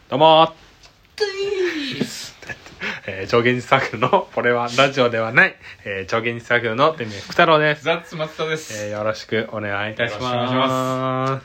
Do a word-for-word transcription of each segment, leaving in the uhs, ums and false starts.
どうもえー、超現実サークルのこれはラジオではない、えー、超現実サークルの天命福太郎です。 ザッツ松田です、 えー、よろしくお願いいたします。 よろしくお願いします。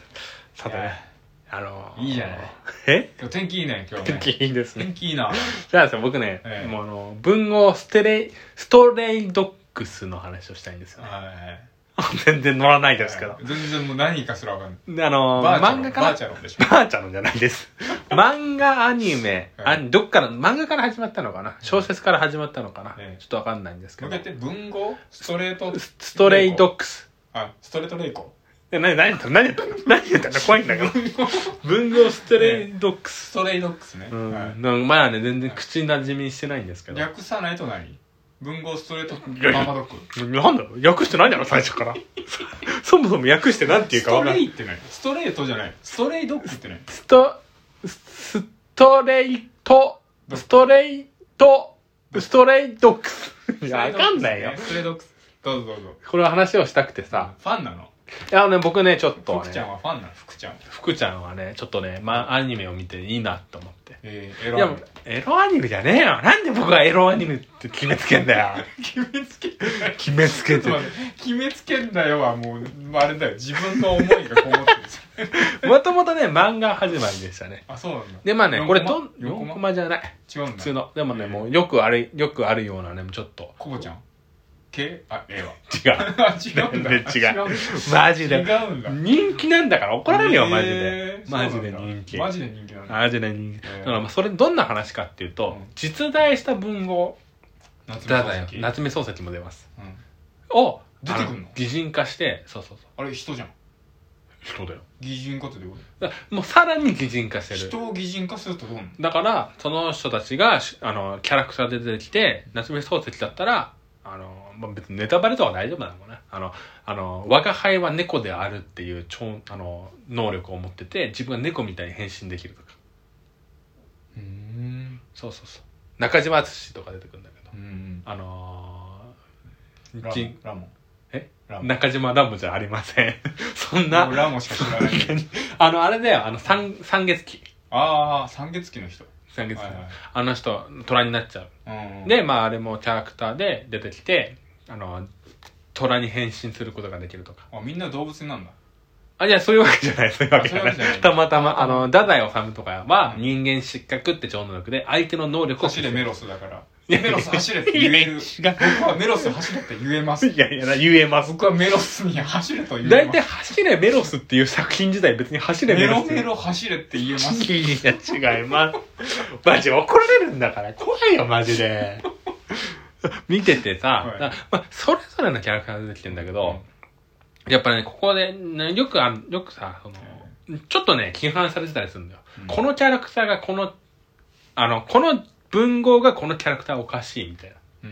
さてね、あのー、 いいじゃない。 え今日天気いいね。今日ね天気いいですね。 天気いいな。 じゃあですね、僕ね、 ええ、 もうあの文豪ステレイストレイドッグスの話をしたいんですよね。 はい全然乗らないですけど、 全然もう何かすらわかんない。 あのー、漫画からバーチャロンでしょ。 バーチャロンじゃないです漫画アニメ、 はい、 あどっから漫画から始まったのかな、小説から始まったのかな、 ええ、 ちょっとわかんないんですけど。 向けて文豪ストレートストレイドッグス、 あストレートレイコえ何何言ったの何言ったの何言ったの怖いんだけど文豪ストレイドッグス、 ストレイドッグスね、 うん、 はい、 なんかまあね全然口なじみしてないんですけど、 略さないと何文豪ストレートママドッグなんだろう、訳してないだろ最初からそもそも訳してなんていうかわかんない。 ストレイって何、ストレートじゃない、ストレイドッグって何、 ストストレイトストレイトストレイドッグスいやわかんないよ。 ストレイドッグス、どうぞどうぞ。 これは話をしたくてさ、 ファンなの？ いやね、僕ねちょっとね、 福ちゃんはファンなの？福ちゃん福ちゃんはねちょっとね、ま、アニメを見ていいなと思って、 えー、エロアニメ。 いやエロアニメじゃねえよ。なんで僕はエロアニメって決めつけんだよ決めつけ決めつけて決めつけんだよはもうあれだよ、自分の思いがこもってるんですよもともとね漫画始まりでしたね。 あ、そうなんだ。 でまあねこれとよんコマよんコマじゃない、 違うんだ。 普通のでもね、もうよくあるよくあるようなねちょっとコボちゃんけあ、ええわ違う違うんだ。 違うマジで違うんだ。 人気なんだから怒られるよ、マジで、 えー、 マジで人気、 マジで人気なんだ。 マジで人気、 えー、 だからまあそれどんな話かっていうと、 うん、 実在した文豪夏目漱石夏目漱石も出ます、 うん、 を出てくるの擬人化して、そうそうそう、 あれ人じゃん。 人だよ。 擬人化ってどういうこと？ だもうさらに擬人化してる。 人を擬人化するとどうなの？ だからその人たちがあのキャラクターで出てきて、夏目漱石だったらあの、まあ、別にネタバレとは大丈夫なのかな、あのあの我が輩は猫であるっていう超あの能力を持ってて、自分が猫みたいに変身できるとか。 うーん、 そうそうそう、中島敦とか出てくるんだけど、 うん、 あのー、 ラモラモえラモ中島ラモじゃありませんそんなラモしか知らないあのあれだよ、あの三三月期、 ああ三月期の人、 三月期、 はいはい、 あの人虎になっちゃう、 うん、 でまああれもキャラクターで出てきて、あの虎に変身することができるとか。 あ、みんな動物になるんだ。 あ、いやそういうわけじゃない、そういうわけじゃない、たまたまあの太宰治とかは人間失格って超能力で相手の能力を走れメロスだからメロス走れって言える僕はメロス走れって言えます。 いやいや言えます。 僕はメロスに走れと言えます。 大体走れメロスっていう作品自体別に走れメロスメロメロ走れって言えます。 いや違いますマジ怒られるんだから怖いよマジで見ててさ、はい、まあ、それぞれのキャラクターが出てきてるんだけど、うん、やっぱねここで、ね、よくあよくさその、うん、ちょっとね批判されてたりするんだよ、うん、このキャラクターがこのあのこの文豪がこのキャラクターおかしいみたいな、うん、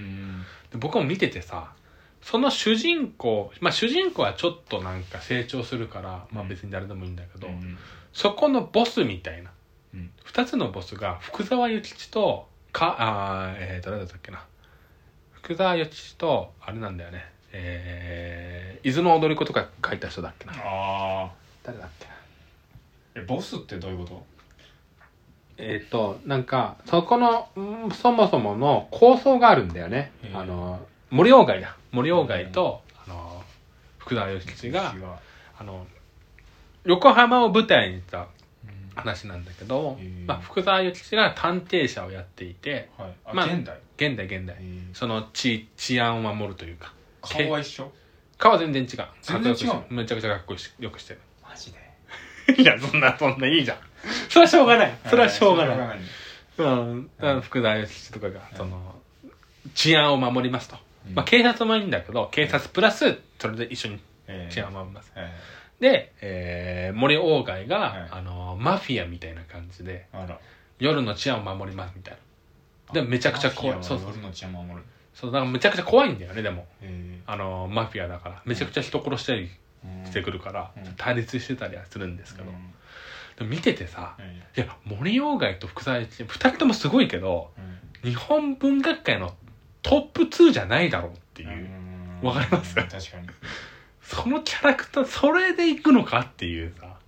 で僕も見ててさ、その主人公まあ主人公はちょっとなんか成長するから、まあ別に誰でもいいんだけど、うん、そこのボスみたいな、うん、ふたつのボスが福沢諭吉とかあえー誰だったっけな、福沢諭吉とあれなんだよね、えー、伊豆の踊り子とか書いた人だっけな、 あ誰だっけな、 えボスってどういうこと？ えっとなんかそこのそもそもの構想があるんだよね。あの森鴎外だ森鴎外とあの福沢諭吉があの横浜を舞台にした話なんだけど、まあ、福沢諭吉が探偵者をやっていて、 はい、あ、 まあ、 現代現代現代その治治安を守るというか。 顔は一緒？ 顔は全然違う。 全然違う。 めちゃくちゃかっこよくしてる。 マジでいやそんなそんないいじゃんそれはしょうがないそれはしょうがない、はい、うん、うん、福沢諭吉とかがその治安を守りますと、うん、まあ警察もいいんだけど警察プラスそれで一緒に治安を守ります、えー、で、えー、森鴎外が、えー、あのマフィアみたいな感じであら夜の治安を守りますみたいな。でめちゃくちゃ怖い。 そうそう夜の治安を守る。 そうだからめちゃくちゃ怖いんだよね。でもあのマフィアだからめちゃくちゃ人殺したりしてくるから、うん、対立してたりはするんですけど、うん、でも見ててさ、うん、いや森鴎外と福沢諭吉ふたりともすごいけど、うん、日本文学界のトップツーじゃないだろうっていう、わかります？ 確かにそのキャラクターそれで行くのかっていうさ、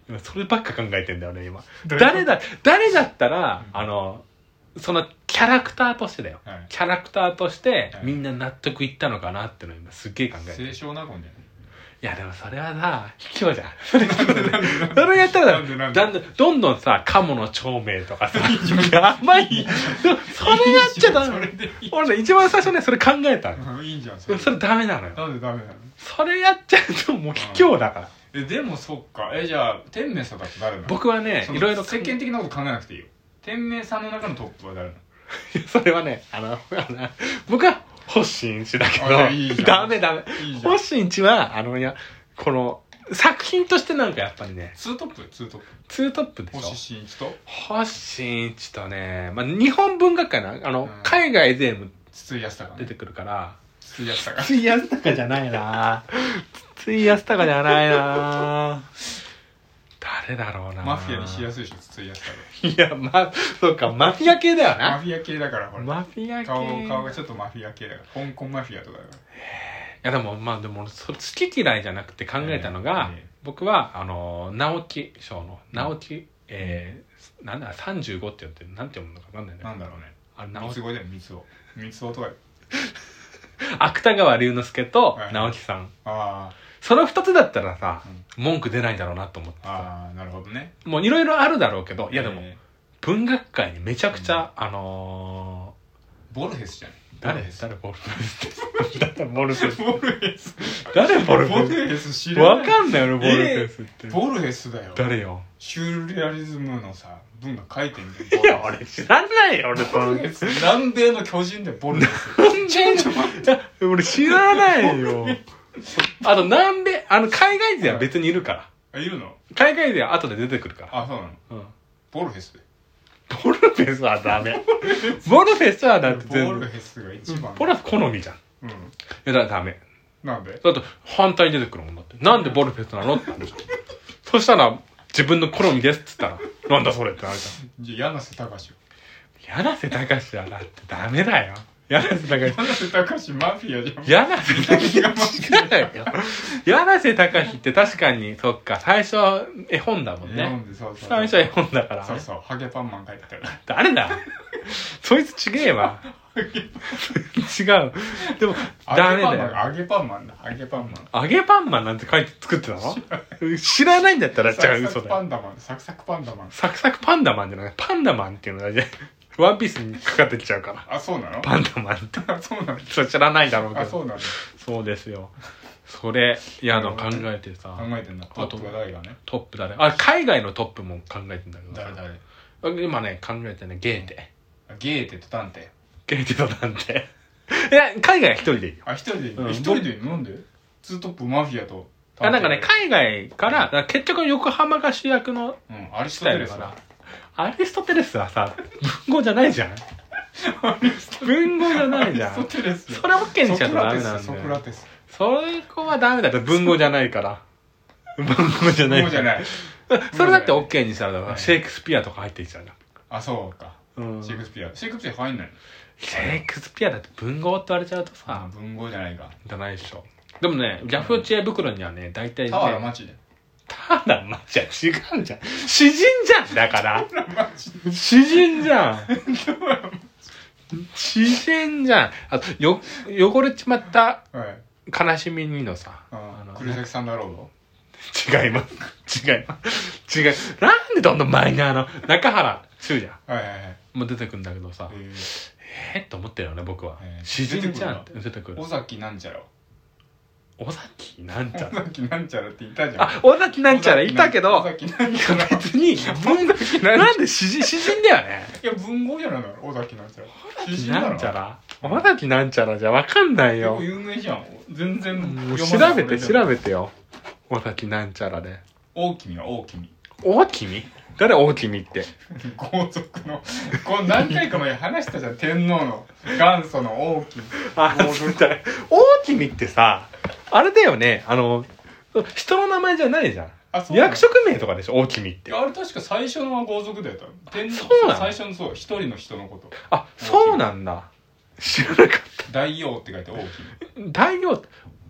そればっか考えてんだよね今。誰だ誰だったら、うん、あのそのキャラクターとしてだよ、はい、キャラクターとしてみんな納得いったのかなってのを今すっげえ考えてる。 清少納言じゃない。 いやでもそれはさ卑怯じゃん。それやったらだんだんどんどんさ鴨の長命とかさやばい。でもそれやっちゃダメ。俺ね一番最初ねそれ考えたの。 いいじゃんそれ。それダメなのよ。 なんでダメなの。 それやっちゃうともう卑怯だから。 えでもそっか。えじゃあ天明さんだと誰なの。 僕はねいろいろ世間的なこと考えなくていいよ。天明さんの中のトップは誰なの。 それはねあの僕は星新一だけどいいダメダメ。星新一はあのいやこの作品としてなんかやっぱりねツートップツートップツートップでしょ。 星新一と星新一とね、まあ、日本文学界のあの、うん、海外全部筒井康隆出てくるから筒井康隆筒井康隆じゃないな筒井康隆じゃないな誰だろうな。 マフィアにしやすいでしょ筒井康隆。いやまそうかマフィア系だよな。 マフィア系だからほらマフィア系顔顔がちょっとマフィア系だから香港マフィアとかだから。 いやでもまあでもそ好き嫌いじゃなくて考えたのが、えーえー、僕はあの直木賞の直木、えー、なんださんじゅうごって言ってなんて読むのか分かんないね。 なんだろうね。 あれ三つ子だよ三つ子三つ子とか芥川龍之介と直木さん、はい、あそのふたつだったらさ、うん、文句出ないだろうなと思ってさ。 ああなるほどね。 もういろいろあるだろうけど、いやでも、えー、文学界にめちゃくちゃ、うん、あのー、ボルヘスじゃない。 誰誰ボルヘスって誰ボルヘスボルヘス誰ボルヘスボルヘス知らない。 わかんないよねボルヘスって、 えー、ボルヘスだよ。 誰よ。 シューレアリズムのさ文が書いてんだよ。 いや俺知らないよ俺ボルヘス。南米の巨人でボルヘス。 俺知らないよ。あと南米あの海外勢は別にいるから。 あいるの。 海外勢は後で出てくるから。 あそうなの、うん、ボルヘスで。 ボルフェスはダメ。ボルフェスはだって全部ボルフェスが一番。 ボルフェス好みじゃん。うん。いやだからダメ。 なんで？ だって反対に出てくるもんだって。なんでボルフェスなのってなるじゃん。そしたら自分の好みですっつったらなんだそれってなるじゃん。 じゃあ柳瀬隆。 柳瀬隆はだってダメだよ。柳瀬隆。 柳瀬隆マフィアじゃん。 柳瀬隆がマフィアよ。柳瀬隆って確かにそっか最初は絵本だもんね。絵本でそうそうそう。最初は絵本だから、ね。 そうそうハゲパンマン書いてたよ。 誰だ。そいつちげえわ。違う。でもダメだよ。 揚げパンマンだ。揚げパンマン。揚げパンマンなんて書いて作ってたの？知らないんだったらじゃあ嘘だよ。 サクサクパンダマン。サクサクパンダマン。 サクサクパンダマンじゃない。パンダマンっていうのがね。ワンピースにかかってきちゃうから。 あ、そうなの？ パンダマンって。 そうなの？ それ知らないだろうけど。 あ、そうなの？ そうですよ。それ、いやの考えてさ。 考えてんだ。トップが誰がね？トップ誰？あ、海外のトップも考えてんだけど。 誰誰？ 今ね、考えてね、ゲーテ。 ゲーテとタンテ。 ゲーテとタンテ。いや、海外は一人でいいよ。 あ、一人でいい。一人でいいの？なんで？ツートップマフィアとタンテ。あ、なんかね、海外から、から結局横浜が主役のスタイルから。アリストテレスはさ、文豪じゃないじゃん。文豪じゃないじゃん。それ OK にしちゃうとダメなんだよ。ソクラテス。それこはダメだって文豪じゃないから。文豪じゃない。文豪じゃない。それだって OK にしたらだからシェイクスピアとか入ってきちゃうじゃん。 あ、そうか。シェイクスピア。シェイクスピア入んないの？ シェイクスピアだって文豪って言われちゃうとさ。 文豪じゃないか。 じゃないでしょ。でもね、ギャフ知恵袋にはね、大体ね。 田原町で。 ただまじゃ違うじゃん。詩人じゃんだから。詩人じゃん。詩人じゃん。あとよ汚れちまった悲しみにのさ。 あの栗崎さんだろうの。 違います。違います。違う。なんでどんどんマイナーの中原中じゃん。はいはいはい。もう出てくるんだけどさ。えー、えー、って思ってるよね僕は。えー、詩人じゃんって出てくる。 尾崎なんちゃら。 尾崎なんちゃら。 尾崎なんちゃらっていたじゃん。 あ、尾崎なんちゃらいたけど、 尾崎なんちゃら別に、なんで詩人、詩人だよね。 いや、文豪じゃないの尾崎なんちゃら。 尾崎なんちゃら尾崎なんちゃらじゃわかんないよ。 有名じゃん。全然。 もう調べて、調べてよ。尾崎なんちゃらで。 大君は大君。 大君？誰大君って。 豪族の、こう何回か前話したじゃん。天皇の元祖の大君。 あ、大君ってさ、あれだよね、あの、人の名前じゃないじゃん。あ、そう役職名とかでしょ、大君って。 あれ確か最初の豪族だよ、天皇。 そうなの？ 最初のそう、一人の人のこと。 あ、そうなんだ。知らなかった。 大王って書いて大君。 大王って、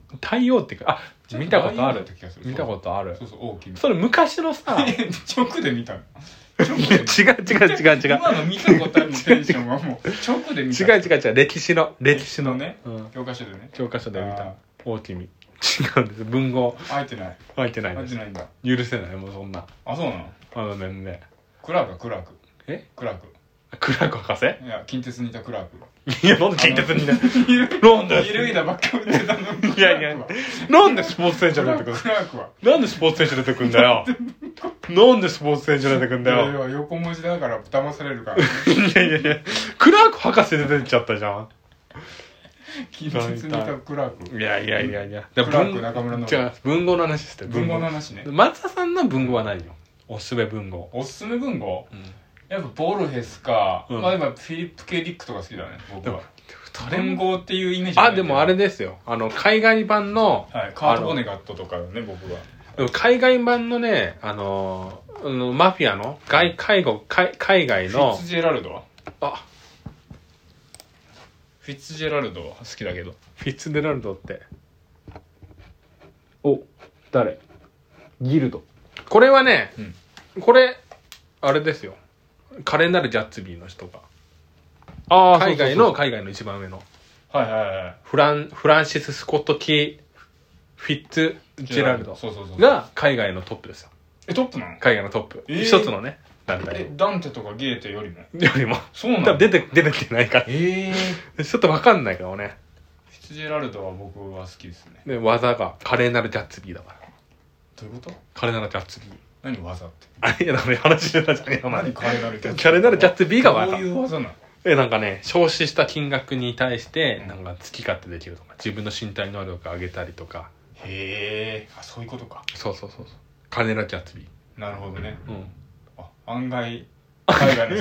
太陽ってか、あ、見たことある。見たとことある。 そうそう大きいそれ昔のさ直で見たの違う違う違う違う違う今の見たことあるテンションはもう直で見た。 違う違う違う、歴史の歴史のね、 うん、 教科書でね、 教科書で見た大きみ。違うんです、文豪入ってない、 入ってないです。 入ってないんだ。 許せない、もうそんな。 あ、そうなの。 あの年齢クラーククラークえクラーククラーク博士。 いや近鉄にいたクラーク。 いや、なんで近鉄にいたなんで二塁打ばっか打ってたの。 いやいや、なんでスポーツ選手出てくるクラークはなんでスポーツ選手出てくんだよなんでスポーツ選手出てくんだよ。 いやいや、横文字だから騙されるから、ね、 いやいやいや、クラーク博士で出てっちゃったじゃん。 近鉄にいたクラーク。 いやいやいやいや、 クラーク中村の。 違う、文豪の話して。 文豪の話ね。 松田さんの文豪は何よ、おすすめ文豪。 おすすめ文豪、 うん、 やっぱボルヘスか、 うん、 まあでもフィリップ・ケ・ディックとか好きだね僕は。文豪豪っていうイメージ。 あ、でもあれですよ、あの海外版の、 はい、カート・ボネガットとかね僕は。 でも海外版のね、あのあのマフィアの外海外海海外のフィッツジェラルドはあフィッツジェラルドは好きだけど。 フィッツジェラルドってお誰？ギルド。これはね、うん、これあれですよ、華麗なるジャッツビーの人が、あ海外のそうそうそう海外の一番上の、 はいはいはい、 フランフランシス・スコット・キー・フィッツジェラルドが海外のトップですよ。 え、トップなの？ 海外のトップ、えー、一つのね団体。え、 ダンテとかゲーテよりもよりもそうなんだ。 出て出てきてないから、 えー、 ちょっと分かんないけどね。 フィッツジェラルドは僕は好きですね。 で技が華麗なるジャッツビーだから。 どういうこと？ 華麗なるジャッツビー。 何技って？ あ、いやだから話してたじゃん。 何華麗なるジャッツビー？ 華麗なるジャッツビーが技。 どういう技なの？ え、なんかね、消費した金額に対してなんか好き勝手できるとか、自分の身体能力を上げたりとか。 へえ、あ、そういうことか。 そうそうそうそう。華麗なるジャッツビー。 なるほどね。 うん。 あ、案外海外の